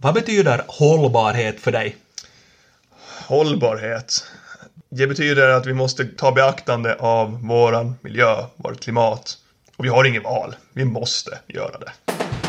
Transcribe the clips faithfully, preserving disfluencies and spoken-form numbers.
Vad betyder hållbarhet för dig? Hållbarhet. Det betyder att vi måste ta beaktande av våran miljö, vårt klimat. Och vi har ingen val. Vi måste göra det.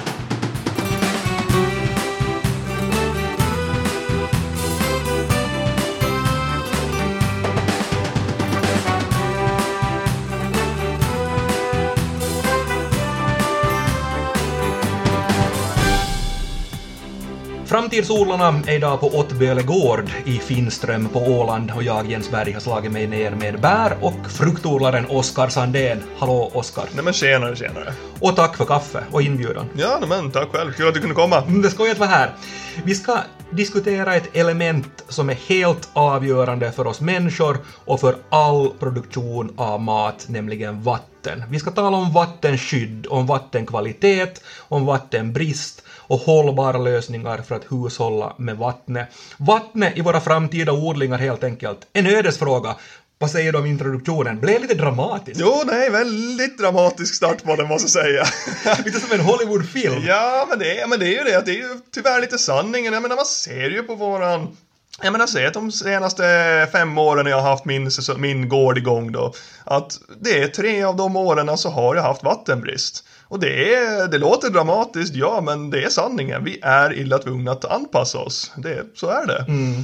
Framtidsodlarna är idag på Åtböle gård i Finström på Åland och jag, Jens Berg, har slagit mig ner med bär och fruktodlaren Oskar Sandén. Hallå Oskar. Nej men tjenare, tjenare. Och tack för kaffe och inbjudan. Ja men tack själv, kul att du kunde komma. Det ska ju vara här. Vi ska diskutera ett element som är helt avgörande för oss människor och för all produktion av mat, nämligen vatten. Vi ska tala om vattenskydd, om vattenkvalitet, om vattenbrist och hållbara lösningar för att hushålla med vattnet. Vattnet i våra framtida odlingar helt enkelt. En ödesfråga. Vad säger du om introduktionen? Blev lite dramatiskt. Jo, nej, väldigt dramatisk start på den måste jag säga. Lite som en Hollywoodfilm. Ja, men det, är, men det är ju det. Det är ju tyvärr lite sanningen. Jag menar, man ser ju på våran... Jag menar, säg att de senaste fem åren jag har haft min, min gård igång då, att det är tre av de åren så har jag haft vattenbrist. Och det, är, det låter dramatiskt, ja, men det är sanningen. Vi är illa tvungna att anpassa oss. Det, så är det. Mm.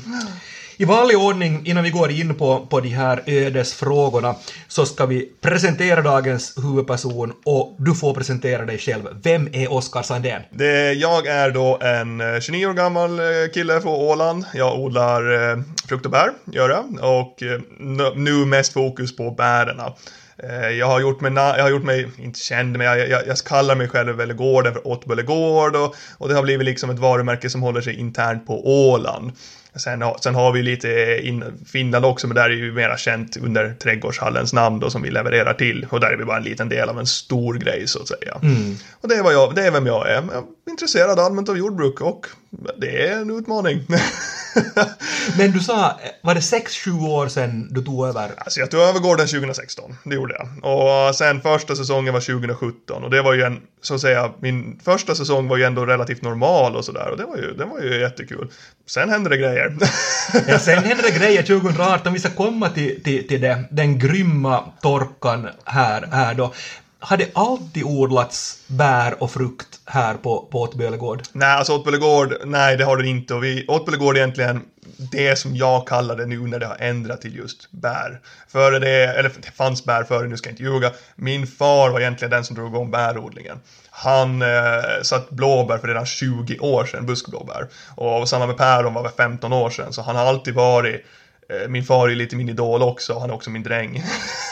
I vanlig ordning, innan vi går in på, på de här ödesfrågorna, så ska vi presentera dagens huvudperson och du får presentera dig själv. Vem är Oskar Sandén? Det, jag är då en tjugonio år gammal kille från Åland. Jag odlar eh, frukt och bär, gör jag. Och eh, nu mest fokus på bärerna. Jag har gjort mig, jag har gjort mig inte känd, men jag, jag, jag kallar mig själv väl gården för Åtböle gård och, och det har blivit liksom ett varumärke som håller sig internt på Åland. Sen, sen har vi lite in Finland också, men där är ju mera känt under trädgårdshallens namn då, som vi levererar till. Och där är vi bara en liten del av en stor grej så att säga. Mm. Och det är, vad jag, det är vem jag är. Jag är intresserad allmänt av jordbruk och det är en utmaning. Men du sa, var det sex sju år sedan du tog över? Alltså jag tog över gården tjugo sexton, det gjorde jag. Och sen första säsongen var tjugo sjutton. Och det var ju en, så att säga, min första säsong var ju ändå relativt normal och sådär. Och det var ju, det var ju jättekul. Sen hände det grejer. Ja, sen hände det grejer tjugo arton. Vi ska komma till, till, till det, den grymma torkan här, här då. Har det alltid odlats bär och frukt här på, på Åtböle gård? Nej, alltså Åtböle gård, nej det har det inte. Och vi, Åtböle gård är egentligen det som jag kallar det nu när det har ändrat till just bär. Före det, eller det fanns bär före, nu ska jag inte ljuga. Min far var egentligen den som drog igång bärodlingen. Han eh, satt blåbär för redan tjugo år sedan, buskblåbär. Och samma med päron var för femton år sedan, så han har alltid varit... Min far är lite min idol också, han är också min dräng.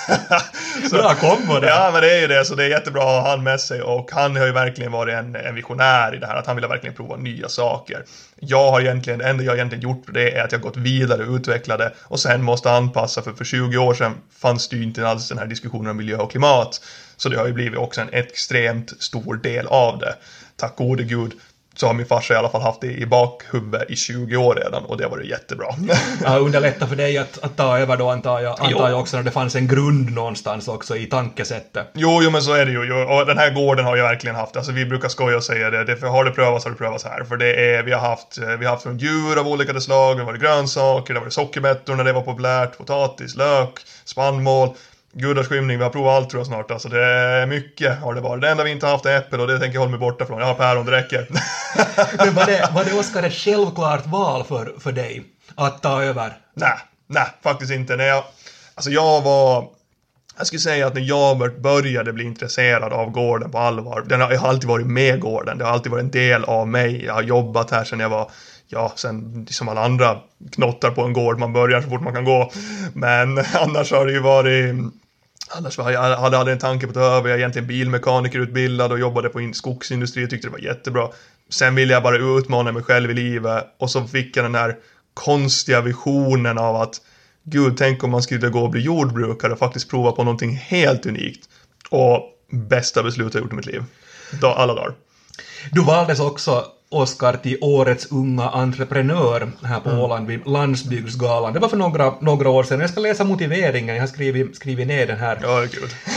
Så, bra kombo det. Ja, men det är ju det, så det är jättebra att ha han med sig. Och han har ju verkligen varit en, en visionär i det här, att han vill verkligen prova nya saker. Jag har egentligen, det enda jag egentligen gjort det är att jag gått vidare och utvecklade och sen måste anpassa, för för tjugo år sedan fanns det ju inte alls den här diskussionen om miljö och klimat. Så det har ju blivit också en extremt stor del av det. Tack gode gud. Så har min farsa i alla fall haft det i bakhuvudet i tjugo år redan och det var det jättebra. Ja, underlätta för dig att, att ta över då antar jag, antar jag också när det fanns en grund någonstans också i tankesättet. Jo, jo men så är det ju. Och den här gården har jag verkligen haft. Alltså vi brukar skoja och säga det. det för har det prövats har det prövats här. För det är, vi har haft, vi har haft från djur av olika slag. Det var grönsaker, det var sockerbettor när det var populärt. Potatis, lök, spannmål. Gudars skymning, vi har provat allt tror jag snart. Alltså det är mycket har det varit. Det enda vi inte har haft är äppel och det tänker jag hålla mig borta från. Jag har päron, det räcker. Men var det, var det Oskar ett självklart val för, för dig att ta över? Nej, nej, faktiskt inte. När jag, alltså jag var... Jag skulle säga att när jag började bli intresserad av gården på allvar. Den har, jag har alltid varit med gården. Det har alltid varit en del av mig. Jag har jobbat här sedan jag var... Ja, sen som alla andra knottar på en gård. Man börjar så fort man kan gå. Men annars har det ju varit... Annars var jag, hade aldrig en tanke på att ta över. Jag är egentligen bilmekanikerutbildad och jobbade på in, skogsindustri och tyckte det var jättebra. Sen ville jag bara utmana mig själv i livet. Och så fick jag den här konstiga visionen av att gud, tänk om man skulle gå och bli jordbrukare och faktiskt prova på någonting helt unikt. Och bästa beslut jag gjort i mitt liv. Dag, alla dagar. Du valdes också, Oskar, till årets unga entreprenör här på mm. Åland vid Landsbygdsgalan. Det var för några, några år sedan. Jag ska läsa motiveringen. Jag har skrivit, skrivit ner den här. Ja, gud.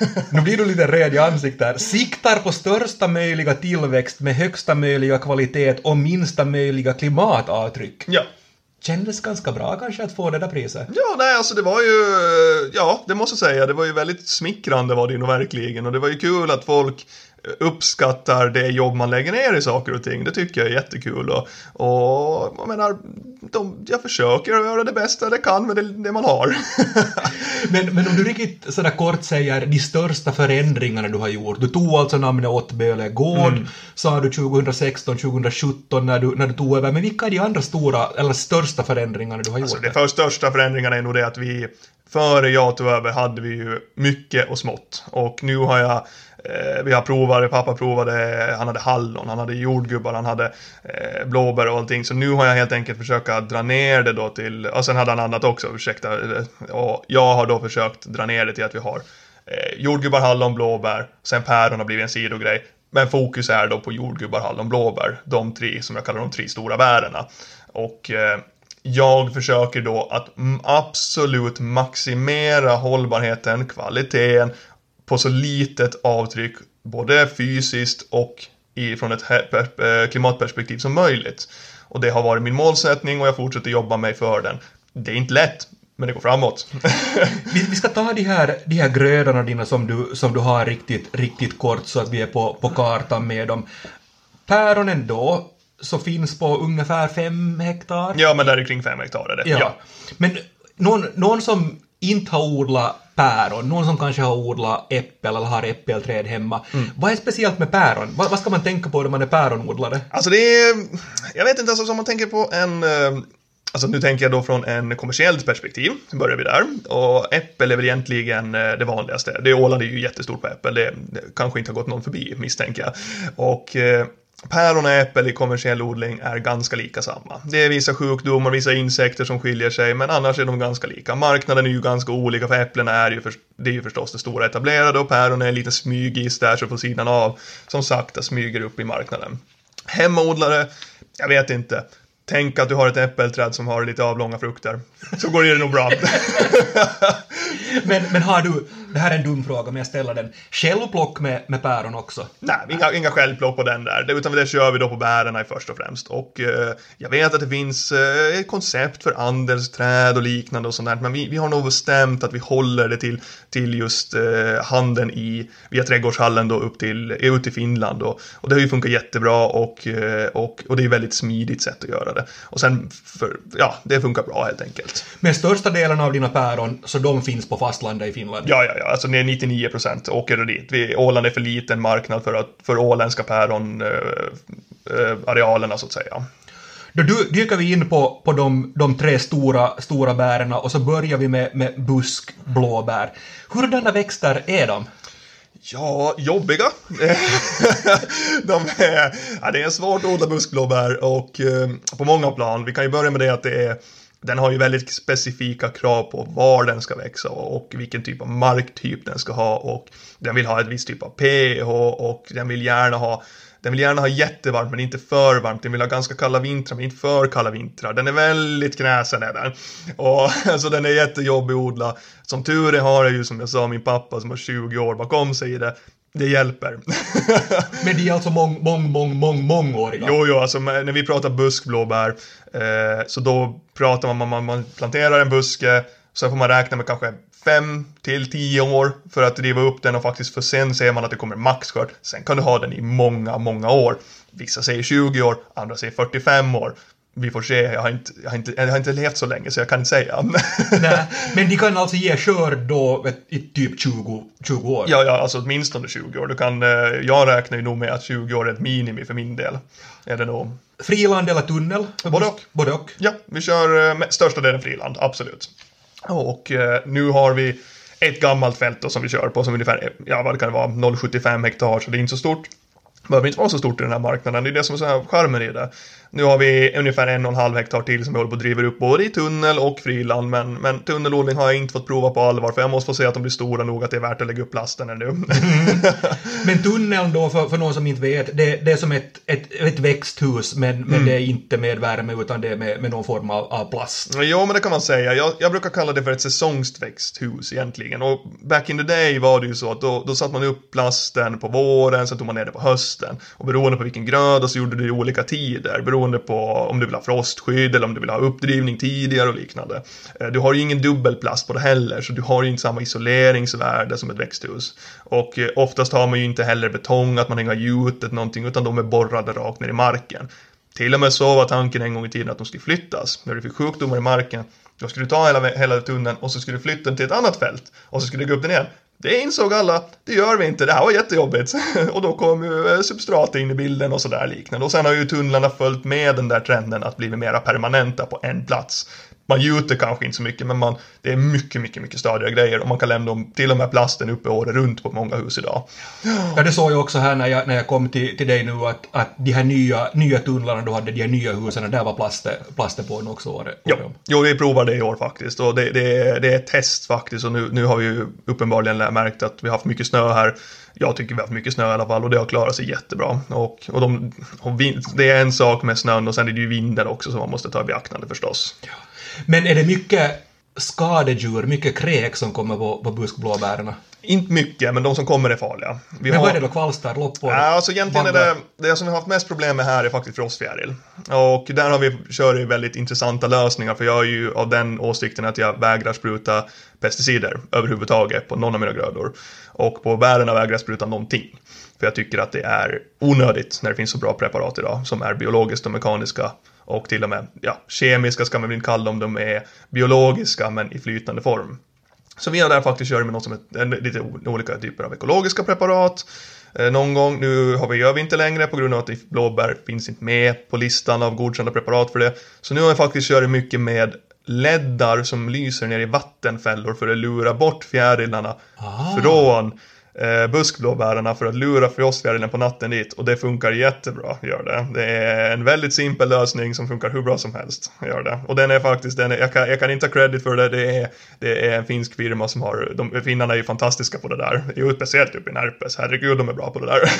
Nu blir du lite röd i ansiktet här. Siktar på största möjliga tillväxt med högsta möjliga kvalitet och minsta möjliga klimatavtryck. Ja. Kändes ganska bra kanske att få det där priset. Ja, nej, alltså det var ju, ja, det måste jag säga, det var ju väldigt smickrande var det nog verkligen. Och det var ju kul att folk uppskattar det jobb man lägger ner i saker och ting. Det tycker jag är jättekul. Och, och jag menar, de, jag försöker göra det bästa det kan med det, det man har. men, men om du riktigt sådär kort säger de största förändringarna du har gjort. Du tog alltså namnet Åtböle gård, mm. sa du tjugohundrasexton tjugohundrasjutton när du, när du tog över. Men vilka är de andra stora eller största förändringarna du har gjort? Alltså det för största förändringarna är nog det att vi, före jag tog över hade vi ju mycket och smått. Och nu har jag Eh, vi har provat, pappa provade, han hade hallon, han hade jordgubbar, han hade eh, blåbär och allting. Så nu har jag helt enkelt försökt dra ner det då till, och sen hade han annat också, ursäkta. Och jag har då försökt dra ner det till att vi har eh, jordgubbar, hallon, blåbär, sen päron har blivit en sidogrej. Men fokus är då på jordgubbar, hallon, blåbär, de tre som jag kallar de tre stora bärerna. Och eh, jag försöker då att absolut maximera hållbarheten, kvaliteten, på så litet avtryck både fysiskt och från ett klimatperspektiv som möjligt. Och det har varit min målsättning och jag fortsätter jobba mig för den. Det är inte lätt, men det går framåt. vi, vi ska ta de här, de här grödorna dina som du, som du har riktigt, riktigt kort så att vi är på, på kartan med dem. Päronen då så finns på ungefär fem hektar. Ja, men där är kring fem hektar är det. Ja. Ja. Men någon, någon som inte har odlat päron, någon som kanske har odlat äppel eller har äppelträd hemma. Mm. Vad är speciellt med päron? Vad, vad ska man tänka på när man är päronodlare? Alltså det är, jag vet inte, alltså som man tänker på en, alltså nu tänker jag då från en kommersiellt perspektiv, börjar vi där. Och äppel är väl egentligen det vanligaste. Det Åland är ju jättestort på äppel, det, det kanske inte har gått någon förbi, misstänker jag. Och päron och äppel i kommersiell odling är ganska lika samma. Det är vissa sjukdomar, vissa insekter som skiljer sig, men annars är de ganska lika. Marknaden är ju ganska olika, för äpplena är ju, för, det är ju förstås det stora etablerade och päron är en liten smygis där så på sidan av som sakta smyger upp i marknaden. Hemmaodlare, jag vet inte. Tänk att du har ett äppelträd som har lite avlånga frukter. Så går det nog bra. men, men har du, det här är en dum fråga men jag ställer den, självplock med, med päron också? Nej, inga, inga självplock på den där. Utan det kör vi då på bärerna i först och främst. Och eh, jag vet att det finns eh, ett koncept för andelsträd och liknande och sånt där. Men vi, vi har nog bestämt att vi håller det till, till just eh, handeln i, via trädgårdshallen då upp till, ut till Finland. Och, och det har ju funkat jättebra och, eh, och, och det är ett väldigt smidigt sätt att göra det. Och sen, för, ja, det funkar bra helt enkelt. Men största delen av dina päron, så de finns på fastlandet i Finland? Ja, ja, ja. Alltså det är nittionio procent åker det dit. Vi, Åland är för liten marknad för, att, för åländska päron äh, äh, arealerna så att säga. Då dyker vi in på, på de, de tre stora, stora bärerna och så börjar vi med, med buskblåbär. Hurdana växter är de? Ja, jobbiga. de är, ja, det är svårt att odla buskblåbär och eh, på många plan. Vi kan ju börja med det att det är, den har ju väldigt specifika krav på var den ska växa och vilken typ av marktyp den ska ha. Och den vill ha ett visst typ av pH och den vill gärna ha Den vill gärna ha jättevarmt men inte för varmt. Den vill ha ganska kalla vintrar men inte för kalla vintrar. Den är väldigt knäsen är den. Och alltså den är jättejobbig att odla. Som tur är har jag ju som jag sa min pappa som har tjugo år bakom sig i det. Det hjälper. Men det är alltså mång, mång, mång, mång, mångåriga? Jo, jo, alltså när vi pratar buskblåbär eh, så då pratar man, man, man planterar en buske så får man räkna med kanske fem till tio år för att driva upp den och faktiskt för sen ser man att det kommer maxskörd. Sen kan du ha den i många, många år. Vissa säger tjugo år, andra säger fyrtiofem år. Vi får se, jag har inte, jag har inte, jag har inte levt så länge så jag kan inte säga. Nej, men de kan alltså ge skörd då i typ tjugo, tjugo år? Ja, ja, alltså åtminstone tjugo år. Du kan, jag räknar ju nog med att tjugo år är ett minimi för min del. Är det nog. Friland eller tunnel? Både och. Både och. Ja, vi kör med största delen friland, absolut. Och eh, nu har vi ett gammalt fält då, som vi kör på som ungefär, ja vad det kan vara, noll komma sjuttiofem hektar så det är inte så stort. behöver inte vara så stort i den här marknaden. Det är det som är så här charmen i det. Nu har vi ungefär en och en halv hektar till som vi håller på att driva upp både i tunnel och friland. Men, men tunnelodling har jag inte fått prova på allvar, för jag måste få se att de blir stora nog att det är värt att lägga upp plasten ännu. Mm. Men tunneln då, för, för någon som inte vet, det, det är som ett, ett, ett växthus, men, men mm. det är inte med värme utan det är med, med någon form av, av plast. Ja, men det kan man säga. Jag, jag brukar kalla det för ett säsongsväxthus egentligen. Och back in the day var det ju så att då, då satte man upp plasten på våren, sen tog man ner det på hösten. Och beroende på vilken gröda så gjorde det i olika tider. Beroende på om du vill ha frostskydd eller om du vill ha uppdrivning tidigare och liknande. Du har ju ingen dubbelplast på det heller, så du har ju inte samma isoleringsvärde som ett växthus. Och oftast har man ju inte heller betong, att man hänger gjutet någonting, utan de är borrade rakt ner i marken. Till och med så var tanken en gång i tiden att de skulle flyttas. När du fick sjukdomar i marken, då skulle du ta hela, hela tunneln och så skulle du flytta den till ett annat fält. Och så skulle du gå upp den igen. Det insåg alla, det gör vi inte, det här var jättejobbigt. Och då kom ju substrat in i bilden och sådär liknande. Och sen har ju tunnlarna följt med den där trenden att bli mera permanenta på en plats. Man gjuter kanske inte så mycket, men man, det är mycket, mycket, mycket stadigare grejer. Och man kan lämna dem, till och med plasten uppe året runt på många hus idag. Ja, det såg jag också här när jag, när jag kom till, till dig nu, att, att de här nya, nya tunnlarna, då hade de här nya husen, där var plasten, plasten på en också året. Ja, jo, vi provar det i år faktiskt. Och det, det, är, det är ett test faktiskt. Och nu, nu har vi ju uppenbarligen märkt att vi har haft mycket snö här. Jag tycker vi har haft mycket snö i alla fall, och det har klarat sig jättebra. Och, och, de, och vind, det är en sak med snön, och sen är det ju vinden också som man måste ta i beaktande förstås. Ja. Men är det mycket skadedjur, mycket kräk som kommer på, på buskblåbärerna? Inte mycket, men de som kommer är farliga. Vi men har... vad är det då? Kvalstar, loppor? Ja, alltså egentligen är det, det som vi har haft mest problem med här är faktiskt frostfjäril. Och där har vi kört i väldigt intressanta lösningar, för jag är ju av den åsikten att jag vägrar spruta pesticider överhuvudtaget på någon av mina grödor. Och på bärerna vägrar jag spruta någonting. För jag tycker att det är onödigt när det finns så bra preparat idag som är biologiskt och mekaniska. Och till och med ja, kemiska ska man väl inte kalla dem, de är biologiska men i flytande form. Så vi har där faktiskt kört med något som är lite olika typer av ekologiska preparat. Eh, någon gång, nu har vi, gör vi inte längre på grund av att blåbär finns inte med på listan av godkända preparat för det. Så nu har jag faktiskt kört mycket med leddar som lyser ner i vattenfällor för att lura bort fjärilarna ah. från eh, buskblåbärarna, för att lura frostfjärilen på natten dit. Och det funkar jättebra, gör det. Det är en väldigt simpel lösning som funkar hur bra som helst, gör det. Och den är faktiskt, den är, jag, kan, jag kan inte ha credit för det, det är, det är en finsk firma som har, de, finnarna är ju fantastiska på det där. Jo, speciellt upp i Närpes, herregud de är bra på det där.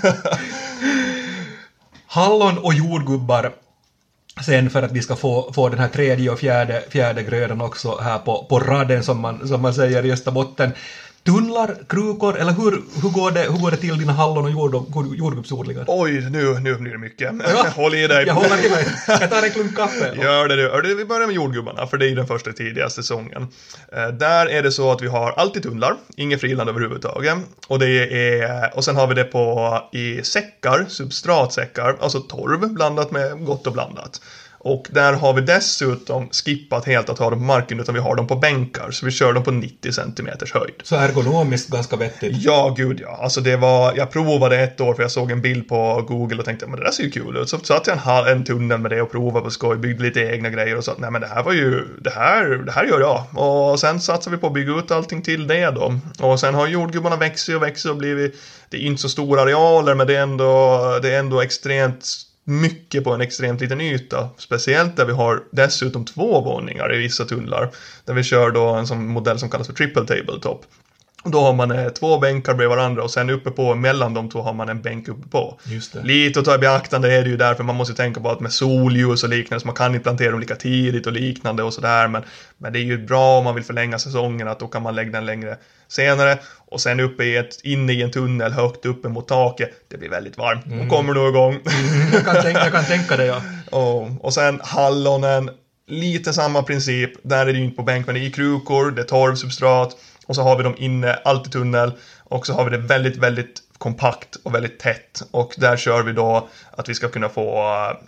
Hallon och jordgubbar. Sen för att vi ska få, få den här tredje och fjärde, fjärde grödan också här på, på raden som man, som man säger i Österbotten. Tunnlar, krukor, eller hur, hur, går det, hur går det till dina hallon och jord, jordgubbsodlingar? Oj, nu, nu blir det mycket. Ja, håll i dig. Jag håller i mig. Jag tar en klunk kaffe. Gör det du. Vi börjar med jordgubbarna, för det är den första tidiga säsongen. Eh, där är det så att vi har alltid tunnlar, ingen friland överhuvudtaget. Och, det är, och sen har vi det på i säckar, substratsäckar, alltså torv blandat med gott och blandat. Och där har vi dessutom skippat helt att ha dem på marken, utan vi har dem på bänkar. Så vi kör dem på nittio centimeters höjd. Så ergonomiskt ganska vettigt. Ja, gud ja. Alltså det var, jag provade ett år för jag såg en bild på Google och tänkte, men det där ser ju kul ut. Så satt jag en, en tunnel med det och provade på skoj, byggde lite egna grejer och sa, nej men det här var ju, det här, det här gör jag. Och sen satsade vi på att bygga ut allting till det då. Och sen har jordgubbarna växer och växer och blivit, det är inte så stora arealer, men det är ändå, det är ändå extremt mycket på en extremt liten yta. Speciellt där vi har dessutom två våningar i vissa tunnlar. Där vi kör då en sån modell som kallas för triple tabletop. Och då har man eh, två bänkar bredvid varandra och sen uppe på, mellan de två har man en bänk uppe på. Just det. Lite att ta i beaktande är det ju därför man måste tänka på att med solljus och liknande så man kan inte plantera dem lika tidigt och liknande och sådär. Men, men det är ju bra om man vill förlänga säsongen, att då kan man lägga den längre senare. Och sen uppe i ett, inne i en tunnel högt uppe mot taket, det blir väldigt varmt. Mm. Och kommer nog igång. Mm, jag, kan tänka, jag kan tänka det, ja. och, och sen hallonen, lite samma princip. Där är det ju inte på bänk, men det är i krukor, det är torvsubstrat. Och så har vi dem inne, allt i tunnel. Och så har vi det väldigt, väldigt kompakt och väldigt tätt. Och där kör vi då att vi ska kunna få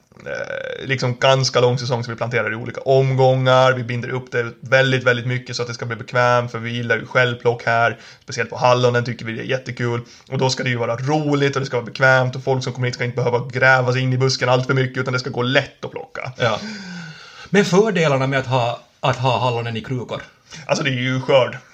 eh, liksom ganska lång säsong, så vi planterar i olika omgångar. Vi binder upp det väldigt, väldigt mycket så att det ska bli bekvämt, för vi gillar ju självplock här. Speciellt på hallonen tycker vi det är jättekul. Och då ska det ju vara roligt och det ska vara bekvämt. Och folk som kommer hit ska inte behöva gräva sig in i busken allt för mycket, utan det ska gå lätt att plocka. Ja. Men fördelarna med att ha, att ha hallonen i krukor? Alltså det är ju skörd.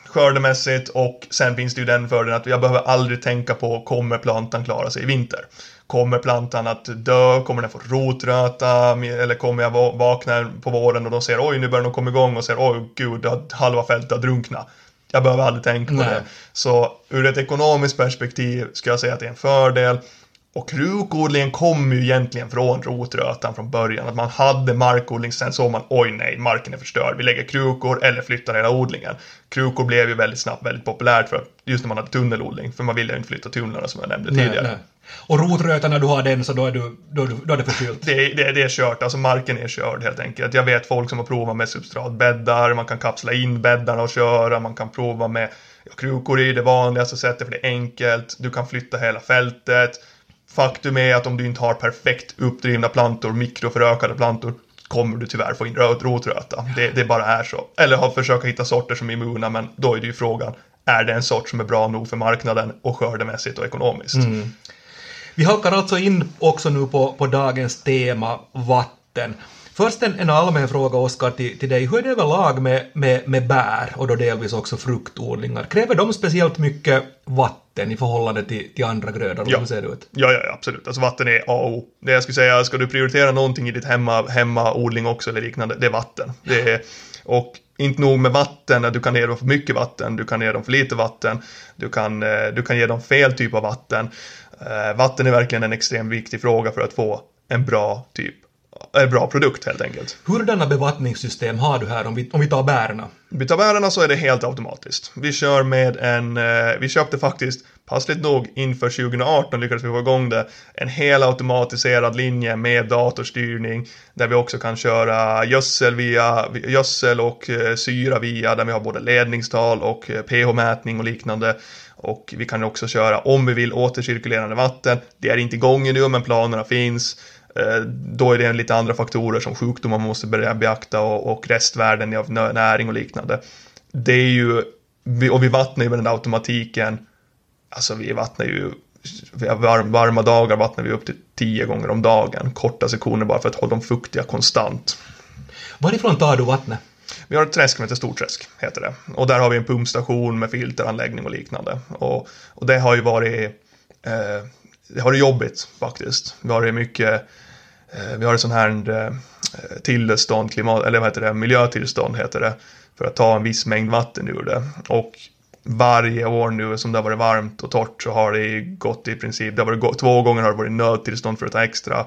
skördemässigt, och sen finns det ju den fördelen att jag behöver aldrig tänka på kommer plantan klara sig i vinter. Kommer plantan att dö? Kommer den få rotröta? Eller kommer jag vakna på våren och de ser oj, nu börjar de komma igång och säger oj gud, halva fältet har drunknat. Jag behöver aldrig tänka på Nej. det. Så ur ett ekonomiskt perspektiv ska jag säga att det är en fördel. Och krukodlingen kommer ju egentligen från rotrötan från början. Att man hade markodling, sen såg man oj nej, marken är förstörd. Vi lägger krukor eller flyttar hela odlingen. Krukor blev ju väldigt snabbt väldigt populärt för just när man hade tunnelodling. För man ville ju inte flytta tunnlarna som jag nämnde nej, tidigare. Nej. Och rotrötan när du har den så då är, du, då är, du, då är det förfyllt. Det, det, det är kört, alltså marken är körd helt enkelt. Jag vet folk som har provat med substratbäddar, man kan kapsla in bäddarna och köra, man kan prova med ja, krukor i det vanligaste sättet för det är enkelt. Du kan flytta hela fältet. Faktum är att om du inte har perfekt uppdrivna plantor, mikroförökade plantor, kommer du tyvärr få in rotröta. Det, det bara är så. Eller har försökt hitta sorter som är immuna, men då är det ju frågan, är det en sort som är bra nog för marknaden och skördemässigt och ekonomiskt? Mm. Vi halkar alltså in också nu på, på dagens tema, vatten. Först en, en allmän fråga, Oskar, till, till dig. Hur är det överlag med, med, med bär och då delvis också fruktodlingar? Kräver de speciellt mycket vatten i förhållande till, till andra grödor? Ja. Hur ser det ut? Ja, ja, absolut. Alltså vatten är A och O. Det jag skulle säga, ska du prioritera någonting i ditt hemma, hemmaodling också eller liknande, det är vatten. Det är, och inte nog med vatten, du kan ge dem för mycket vatten, du kan ge dem för lite vatten, du kan, du kan ge dem fel typ av vatten. Uh, vatten är verkligen en extremt viktig fråga för att få en bra typ en bra produkt helt enkelt. Hurdana bevattningssystem har du här om vi, om vi tar bärarna? Om vi tar bärarna så är det helt automatiskt. Vi kör med en, uh, vi köpte faktiskt passligt nog inför tjugo arton lyckades vi få igång det, en hel automatiserad linje med datorstyrning där vi också kan köra gödsel, via, gödsel och uh, syra via, där vi har både ledningstal och uh, pH-mätning och liknande. Och vi kan också köra, om vi vill, återcirkulerande vatten. Det är inte igång nu, men planerna finns. Då är det en lite andra faktorer som sjukdomar man måste börja beakta och, och restvärden av näring och liknande. Det är ju, och vi vattnar ju med den automatiken. Alltså vi vattnar ju, varm, varma dagar vattnar vi upp till tio gånger om dagen. Korta sektioner bara för att hålla dem fuktiga konstant. Varifrån tar du vattnet? Vi har ett träsk som heter Storträsk, heter det. Och där har vi en pumpstation med filteranläggning och liknande. Och, och det har ju varit eh, det har det jobbigt faktiskt. Vi har det mycket eh, vi har ett sån här eh, tillstånd, klimat, eller vad heter det, miljötillstånd heter det, för att ta en viss mängd vatten ur det. Och varje år nu som det har varit varmt och torrt så har det gått i princip, det har varit, två gånger har det varit nödtillstånd för att ta extra.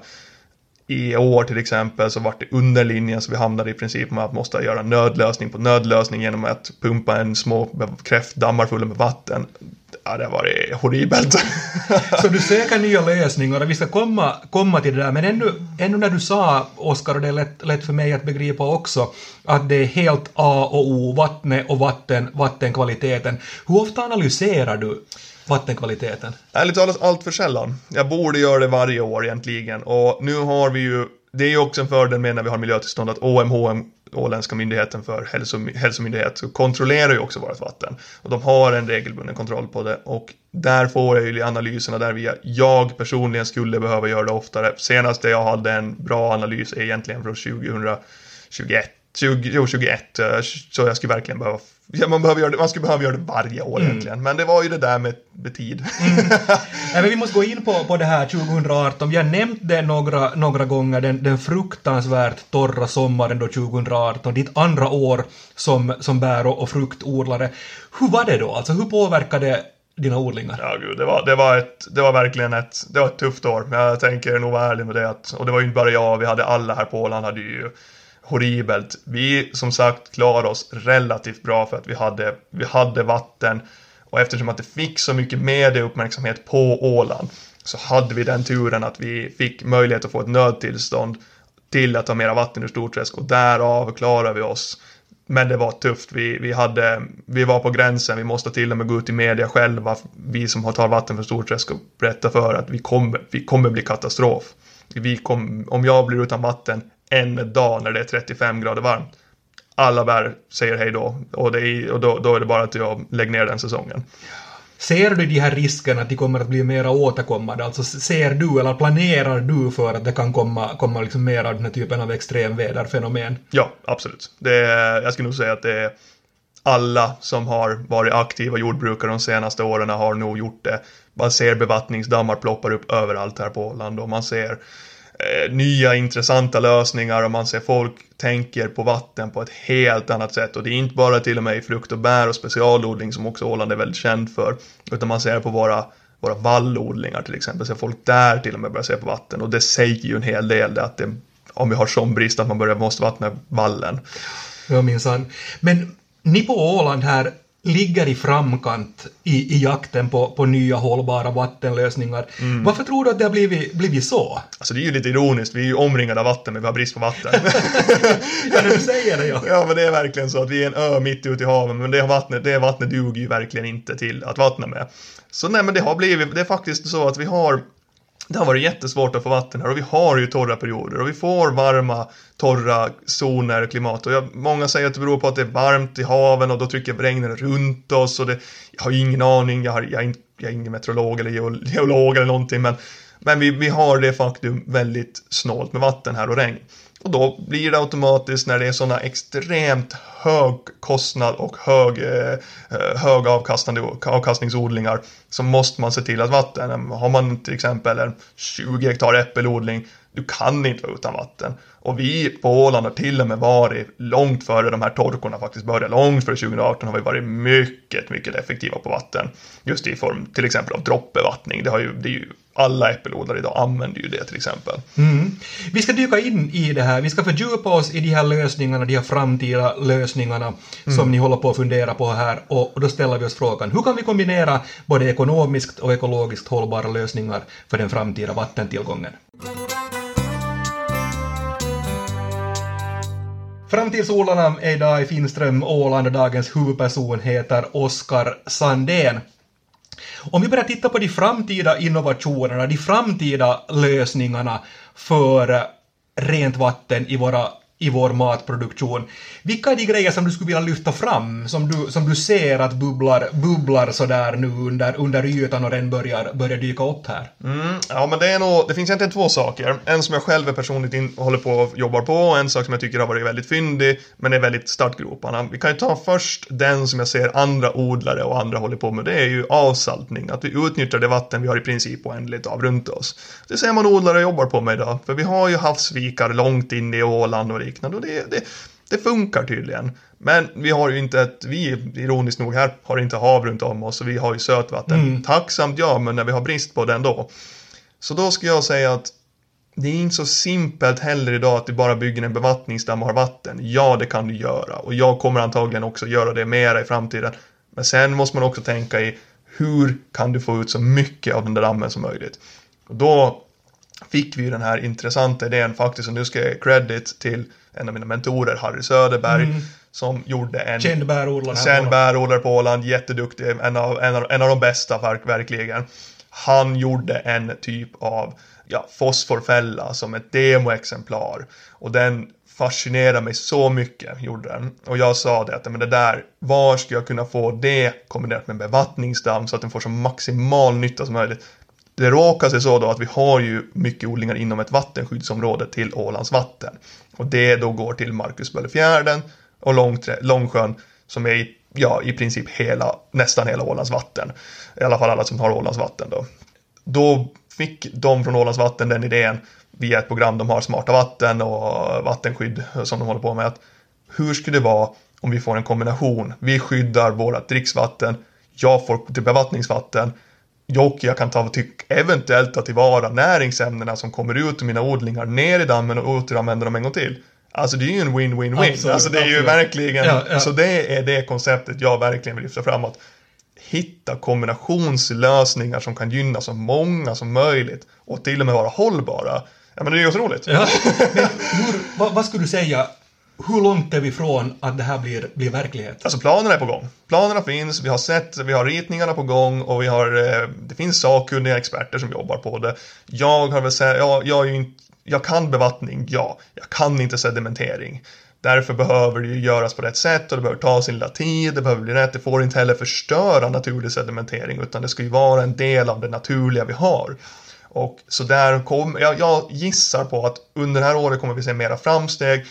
I år till exempel så var det under linjen, så vi hamnade i princip med att måste göra nödlösning på nödlösning genom att pumpa en små kräftdammar fulla med vatten. Ja, det var det horribelt. Så du söker nya lösningar och vi ska komma, komma till det där. Men ännu, ännu när du sa, Oskar, och det är lätt, lätt för mig att begripa också, att det är helt A och O, vattnet och vatten, vattenkvaliteten. Hur ofta analyserar du vattenkvaliteten? Ärligt talat allt för sällan. Jag borde göra det varje år egentligen. Och nu har vi ju, det är ju också en fördel med när vi har miljötillstånd att O M H M, Åländska myndigheten för hälso, hälsomyndighet, så kontrollerar ju också vårt vatten. Och de har en regelbunden kontroll på det. Och där får jag ju analyserna där vi, jag personligen skulle behöva göra det oftare. Senast jag hade en bra analys är egentligen från tjugohundratjugoett. tjugo tjugoett, så jag skulle verkligen behöva, ja, man, behöver göra det, man skulle behöva göra det varje år mm. egentligen, men det var ju det där med, med tid. Mm. Nej, men vi måste gå in på, på det här tjugo arton, vi har nämnt det några, några gånger, den, den fruktansvärt torra sommaren då tjugo arton, ditt andra år som, som bär- och, och fruktodlare. Hur var det då? Alltså hur påverkade dina odlingar? Ja gud, det var, det var, ett, det var verkligen ett, det var ett tufft år, men jag tänker nog vara ärlig med det, att, och det var ju inte bara jag, vi hade alla här på Åland, hade ju horribelt. Vi som sagt klarade oss relativt bra för att vi hade, vi hade vatten, och eftersom att det fick så mycket medieuppmärksamhet på Åland så hade vi den turen att vi fick möjlighet att få ett nödtillstånd till att ta mera vatten ur Storträsk, och därav klarade vi oss. Men det var tufft, vi, vi, hade, vi var på gränsen, vi måste till och med gå ut i media själva, vi som har tagit vatten för Storträsk, och berätta för att vi kommer, vi kommer bli katastrof. Vi kom, om jag blir utan vatten en dag när det är trettiofem grader varmt, alla bär säger hej då, och, det är, och då, då är det bara att jag lägger ner den säsongen. Ser du de här riskerna att de kommer att bli mera återkommande? Alltså ser du eller planerar du för att det kan komma, komma liksom mer av den här typen av extremväderfenomen? Ja, absolut. Det är, jag skulle nog säga att det är, alla som har varit aktiva jordbrukare de senaste åren har nog gjort det. Man ser bevattningsdammar ploppar upp överallt här på Åland och man ser eh, nya intressanta lösningar och man ser folk tänker på vatten på ett helt annat sätt. Och det är inte bara till och med i frukt och bär och specialodling som också Åland är väldigt känd för, utan man ser på våra våra vallodlingar till exempel, så folk där till och med börjar se på vatten och det säger ju en hel del det, att det, om vi har sån brist att man börjar måste vattna vallen. Ja, minsann. Men ni på Åland här ligger i framkant i, i jakten på, på nya hållbara vattenlösningar. Mm. Varför tror du att det har blivit, blivit så? Alltså det är ju lite ironiskt, vi är ju omringade av vatten men vi har brist på vatten. Ja, när du säger det, ja. Ja, men det är verkligen så att vi är en ö mitt ute i havet, men det vattnet, det vattnet duger ju verkligen inte till att vattna med. Så nej, men det har blivit, det är faktiskt så att vi har, det har varit jättesvårt att få vatten här och vi har ju torra perioder och vi får varma, torra zoner, klimat. Och jag, många säger att det beror på att det är varmt i haven och då trycker regnen runt oss och det, jag har ingen aning, jag, har, jag, är, inte, jag är ingen meteorolog eller geolog eller någonting, men, men vi, vi har det faktum väldigt snålt med vatten här och regn. Och då blir det automatiskt när det är sådana extremt hög kostnad och hög, eh, hög avkastande, avkastningsodlingar, så måste man se till att vatten, har man till exempel en tjugo hektar äppelodling, du kan inte vara utan vatten. Och vi på Åland har till och med varit långt före de här torkorna faktiskt började, långt före tjugo arton har vi varit mycket, mycket effektiva på vatten. Just i form till exempel av droppbevattning. Det, har ju, det är ju alla äppelodlare idag använder ju det till exempel. Mm. Vi ska dyka in i det här. Vi ska fördjupa oss i de här lösningarna, de här framtida lösningarna mm. som ni håller på att fundera på här. Och, och då ställer vi oss frågan, hur kan vi kombinera både ekonomiskt och ekologiskt hållbara lösningar för den framtida vattentillgången? Framtidsodlarna är idag i Finström, Åland, och dagens huvudperson heter Oskar Sandén. Om vi börjar titta på de framtida innovationerna, de framtida lösningarna för rent vatten i, våra, i vår matproduktion. Vilka är de grejer som du skulle vilja lyfta fram, som du, som du ser att bubblar, bubblar sådär nu under, under ytan och den börjar, börjar dyka upp här? Mm, ja, men det, är nog, det finns egentligen två saker. En som jag själv är personligt in, håller på och jobbar på, och en sak som jag tycker har varit väldigt fyndig, men är väldigt startgroparna. Vi kan ju ta först den som jag ser andra odlare och andra håller på med. Det är ju avsaltning. Att vi utnyttjar det vatten vi har i princip oändligt av runt oss. Det ser man odlare jobbar på med idag. För vi har ju havsvikar långt in i Åland och liknande, och det, det Det funkar tydligen. Men vi har ju inte ett, vi ironiskt nog här har inte hav runt om oss, och vi har ju sötvatten. Mm. Tacksamt ja, men när vi har brist på den då. Så då ska jag säga att det är inte så simpelt heller idag att du bara bygger en bevattningsdamm och har vatten. Ja, det kan du göra. Och jag kommer antagligen också göra det mera i framtiden. Men sen måste man också tänka i hur kan du få ut så mycket av den där dammen som möjligt. Och då fick vi den här intressanta idén faktiskt, och nu ska jag credit till en av mina mentorer, Harry Söderberg, mm. som gjorde en känd bärodlare känd bärodlare på Åland, jätteduktig, en av, en av, en av de bästa verk, verkligen. Han gjorde en typ av ja, fosforfälla som ett demoexemplar, och den fascinerade mig så mycket, gjorde den. Och jag sa det att men det där, var ska jag kunna få det kombinerat med bevattningsdamm så att den får så maximal nytta som möjligt. Det råkar sig så då att vi har ju mycket odlingar inom ett vattenskyddsområde till Ålands vatten. Och det då går till Markusböllefjärden och Långträ, Långsjön, som är i, ja, i princip hela, nästan hela Ålands vatten. I alla fall alla som har Ålands vatten då. Då fick de från Ålands vatten den idén via ett program de har, Smarta vatten och vattenskydd som de håller på med, att hur skulle det vara om vi får en kombination? Vi skyddar vårat dricksvatten, jag får till bevattningsvatten, och jag kan ta till, eventuellt ta tillvara näringsämnena som kommer ut ur mina odlingar ner i dammen och återanvända dem en gång till. Alltså det är ju en win-win-win. Absolut, alltså det är absolut. Ju verkligen, ja, ja. Så det är det konceptet jag verkligen vill lyfta fram, att hitta kombinationslösningar som kan gynna så många som möjligt och till och med vara hållbara. Ja, men det är ju otroligt. Ja. Men hur, vad, vad skulle du säga, hur långt är vi från att det här blir, blir verklighet? Alltså planerna är på gång. Planerna finns, vi har sett, vi har ritningarna på gång, och vi har, det finns sakkunniga experter som jobbar på det. Jag har väl sagt, jag, jag, är ju inte, jag kan bevattning, ja. Jag kan inte sedimentering. Därför behöver det ju göras på rätt sätt, och det behöver ta sin lilla tid, det behöver bli rätt. Det får inte heller förstöra naturlig sedimentering, utan det ska ju vara en del av det naturliga vi har. Och så där kom, jag, jag gissar på att under det här året kommer vi se mera framsteg.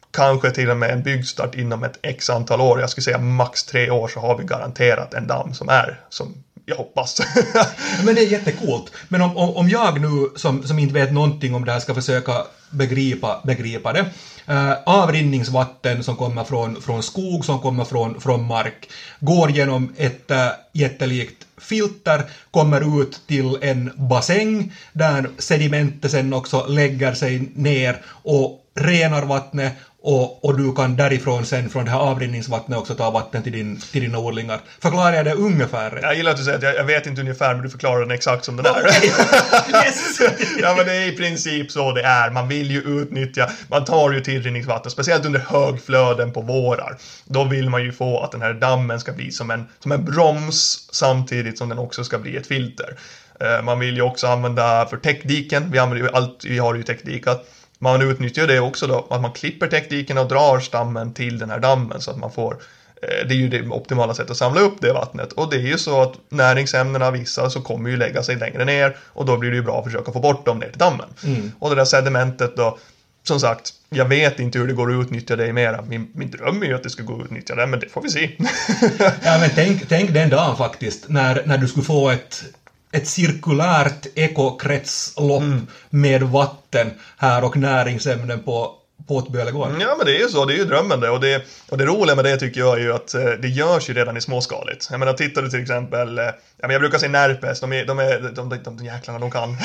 kanske till och med en byggstart inom ett x antal år. Jag skulle säga max tre år så har vi garanterat en damm som är som jag hoppas. Men det är jättekult. Men om, om, om jag nu som, som inte vet någonting om det här ska försöka begripa, begripa det. Uh, avrinningsvatten som kommer från, från skog, som kommer från, från mark, går genom ett uh, jättelikt filter, kommer ut till en bassäng där sedimentet sen också lägger sig ner och renar vattnet. Och, och du kan därifrån sen från det här avrinningsvattnet också ta vatten till, din, till dina odlingar. Förklarar jag det ungefär rätt? Jag gillar att du säger att jag, jag vet inte ungefär, men du förklarar den exakt som den är. Okay. Yes. Ja, men det är i princip så det är. Man vill ju utnyttja, man tar ju tillrinningsvatten, speciellt under högflöden på vårar. Då vill man ju få att den här dammen ska bli som en, som en broms samtidigt som den också ska bli ett filter. Uh, man vill ju också använda för täckdiken. Vi använder ju allt, vi har ju täckdikat. Man utnyttjar det också då, att man klipper täckdiken och drar stammen till den här dammen så att man får, eh, det är ju det optimala sättet att samla upp det vattnet. Och det är ju så att näringsämnena vissa så kommer ju lägga sig längre ner och då blir det ju bra att försöka få bort dem ner till dammen. Mm. Och det där sedimentet då, som sagt, jag vet inte hur det går att utnyttja det mera. Min, min dröm är ju att det ska gå att utnyttja det, men det får vi se. Ja, men tänk, tänk den dagen faktiskt, när, när du skulle få ett ett cirkulärt ekokretslopp mm. med vatten här och näringsämnen på Påtbölegård. Ja, men det är ju så, det är ju drömmen det. Och det, och det roliga med det tycker jag är ju att det görs ju redan i småskaligt. Jag menar, tittar du till exempel, ja, men jag brukar säga Närpes, de är, de är de, de, de, de jäklarna de kan.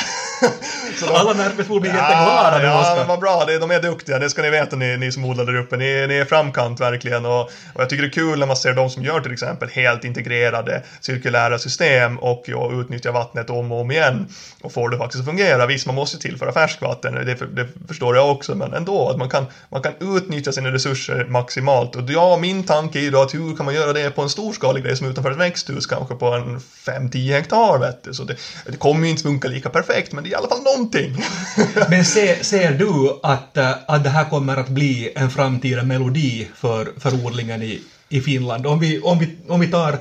Så de, alla Närpes får bli ja, jätteglada nu, ja, men vad bra, det, de är duktiga, det ska ni veta ni, ni som odlar där uppe. Ni, ni är framkant verkligen och, och jag tycker det är kul när man ser de som gör till exempel helt integrerade cirkulära system och ja, utnyttjar vattnet om och om igen och får det faktiskt att fungera. Visst, man måste tillföra färskvatten, det, det förstår jag också, men ändå att man kan, man kan utnyttja sina resurser maximalt. Och ja, min tanke är ju då att hur kan man göra det på en storskalig grej som utanför ett växthus, kanske på en fem till tio hektar, vet du. Så det, det kommer ju inte funka lika perfekt, men det är i alla fall någonting. Men se, ser du att, att det här kommer att bli en framtida melodi för, för odlingen i, i Finland? Om vi, om vi, om vi tar...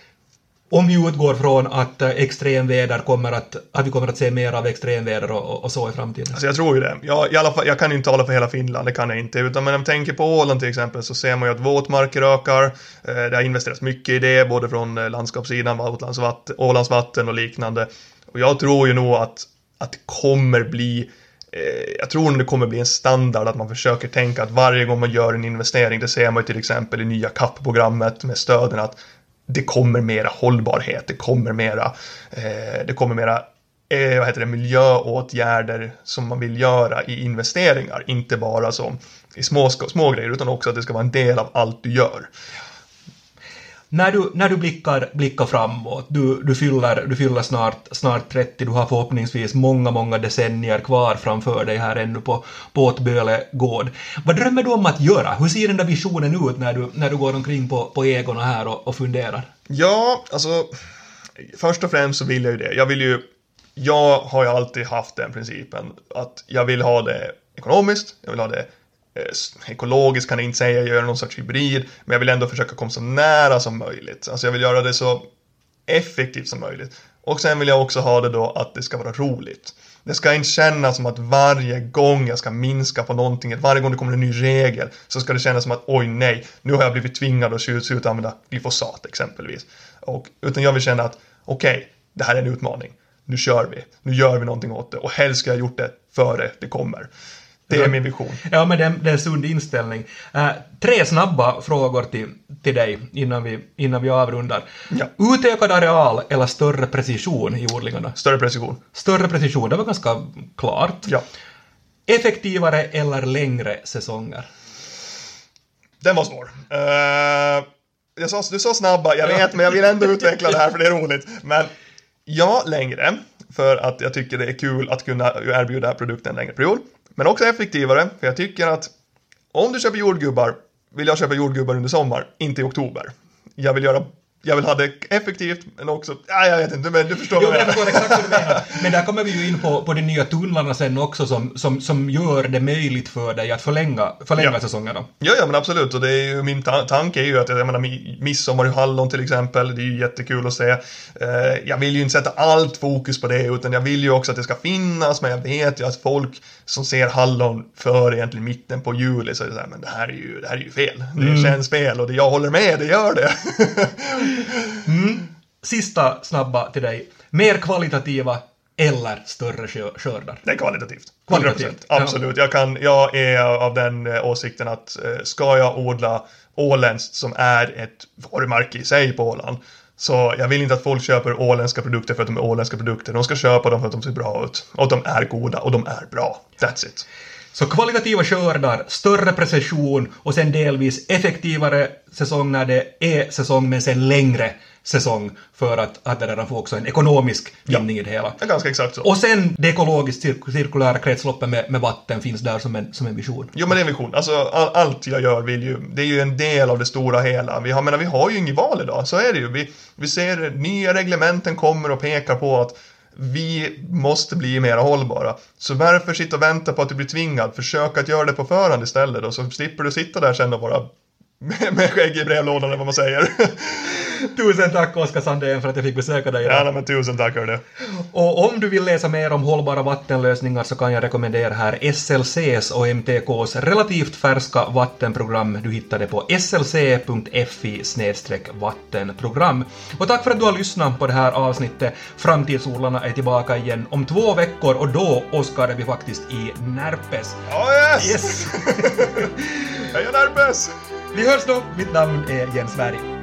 Om vi utgår från att extremväder kommer att, att vi kommer att se mer av extremväder och, och så i framtiden. Alltså jag tror ju det. Jag, i alla fall, jag kan inte tala för hela Finland, det kan jag inte. Utan när man tänker på Åland till exempel så ser man ju att våtmarker ökar. Det har investerats mycket i det, både från landskapssidan, Ålandsvatten, Ålandsvatten och liknande. Och jag tror ju nog att, att det kommer bli... Jag tror det kommer bli en standard att man försöker tänka att varje gång man gör en investering, det ser man ju till exempel i nya C A P-programmet med stöden, att det kommer mera hållbarhet, det kommer mera, eh, det kommer mera eh, vad heter det, miljöåtgärder som man vill göra i investeringar. Inte bara som i små, små grejer, utan också att det ska vara en del av allt du gör. När du, när du blickar, blickar framåt, du, du fyller, du fyller snart, snart trettio, du har förhoppningsvis många, många decennier kvar framför dig här ännu på Påtbölegård. Vad drömmer du om att göra? Hur ser den där visionen ut när du, när du går omkring på, på ägorna här och, och funderar? Ja, alltså först och främst så vill jag ju det. Jag vill ju, jag har ju alltid haft den principen att jag vill ha det ekonomiskt, jag vill ha det ekologiskt, kan jag inte säga, jag gör någon sorts hybrid, men jag vill ändå försöka komma så nära som möjligt. Alltså jag vill göra det så effektivt som möjligt. Och sen vill jag också ha det då att det ska vara roligt. Det ska inte kännas som att varje gång jag ska minska på någonting, varje gång det kommer en ny regel, så ska det kännas som att oj nej, nu har jag blivit tvingad att sluta ut använda glyfosat exempelvis. Och, utan jag vill känna att okej, okay, det här är en utmaning. Nu kör vi, nu gör vi någonting åt det. Och helst ska jag ha gjort det före det kommer. Det är min vision. Ja, men det, det är en sund inställning. Uh, tre snabba frågor till, till dig innan vi, innan vi avrundar. Ja. Utökad areal eller större precision i odlingarna? Större precision. Större precision, det var ganska klart. Ja. Effektivare eller längre säsonger? Den var svår. Uh, jag sa, du sa snabba, jag vet, men jag vill ändå utveckla det här för det är roligt. Men ja, längre. För att jag tycker det är kul att kunna erbjuda produkten en längre period. Men också effektivare, för jag tycker att om du köper jordgubbar, vill jag köpa jordgubbar under sommar, inte i oktober. Jag vill göra jag vill ha det effektivt, men också, ja, jag vet inte, men du förstår Jo, vad jag jag förstår exakt vad du menar. Men där kommer vi ju in på, på de nya tunnlarna sen också som, som, som gör det möjligt för dig att förlänga, förlänga Ja. säsongerna. Ja, ja, men absolut. Och det är ju, min ta- tanke är ju att, jag menar, mi- midsommar i Hallon till exempel, det är ju jättekul att se. Eh, jag vill ju inte sätta allt fokus på det, utan jag vill ju också att det ska finnas, men jag vet ju att folk som ser Hallon för egentligen mitten på juli, så är det så här, men det här är ju, det här är ju fel. Det Mm. känns fel, och det, jag håller med, det gör det. Mm. Sista snabba till dig. Mer kvalitativa eller större skör- skördar? Det är kvalitativt. Kvalitativt, hundra procent. Absolut. Jag, kan, jag är av den eh, åsikten att eh, ska jag odla åländskt som är ett varumärke i sig på Åland, så jag vill inte att folk köper åländska produkter för att de är åländska produkter. De ska köpa dem för att de ser bra ut. Och att de är goda och de är bra. That's it. Så kvalitativa skördar, större precision och sen delvis effektivare säsong när det är säsong, men sen längre säsong för att, att det redan får också en ekonomisk vinning Ja. i det hela. Det är ganska exakt så. Och sen det ekologiskt cir- cirkulära kretsloppet med, med vatten finns där som en, som en vision. Jo, men det är en vision. Alltså, all, allt jag gör vill ju, det är ju en del av det stora hela. Vi har, menar, vi har ju inget val idag, så är det ju. Vi, vi ser nya reglementen kommer och pekar på att vi måste bli mer hållbara. Så varför sitta och vänta på att du blir tvingad? Försök att göra det på förhand istället då, så slipper du sitta där sen och vara med, med skägg i brevlådan eller vad man säger. Tusen tack Oskar Sandén för att jag fick besöka dig idag. Ja, nej, men tusen tack hörde. Och om du vill läsa mer om hållbara vattenlösningar så kan jag rekommendera här S L C:s och M T K:s relativt färska vattenprogram. Du hittar det på slc.fi vattenprogram. Och tack för att du har lyssnat på det här avsnittet. Framtidsodlarna är tillbaka igen om två veckor och då, Oskar, är vi faktiskt i Närpes. Ja, yes! Yes! Hej, Närpes! Vi hörs då. Mitt namn är Jens Berg.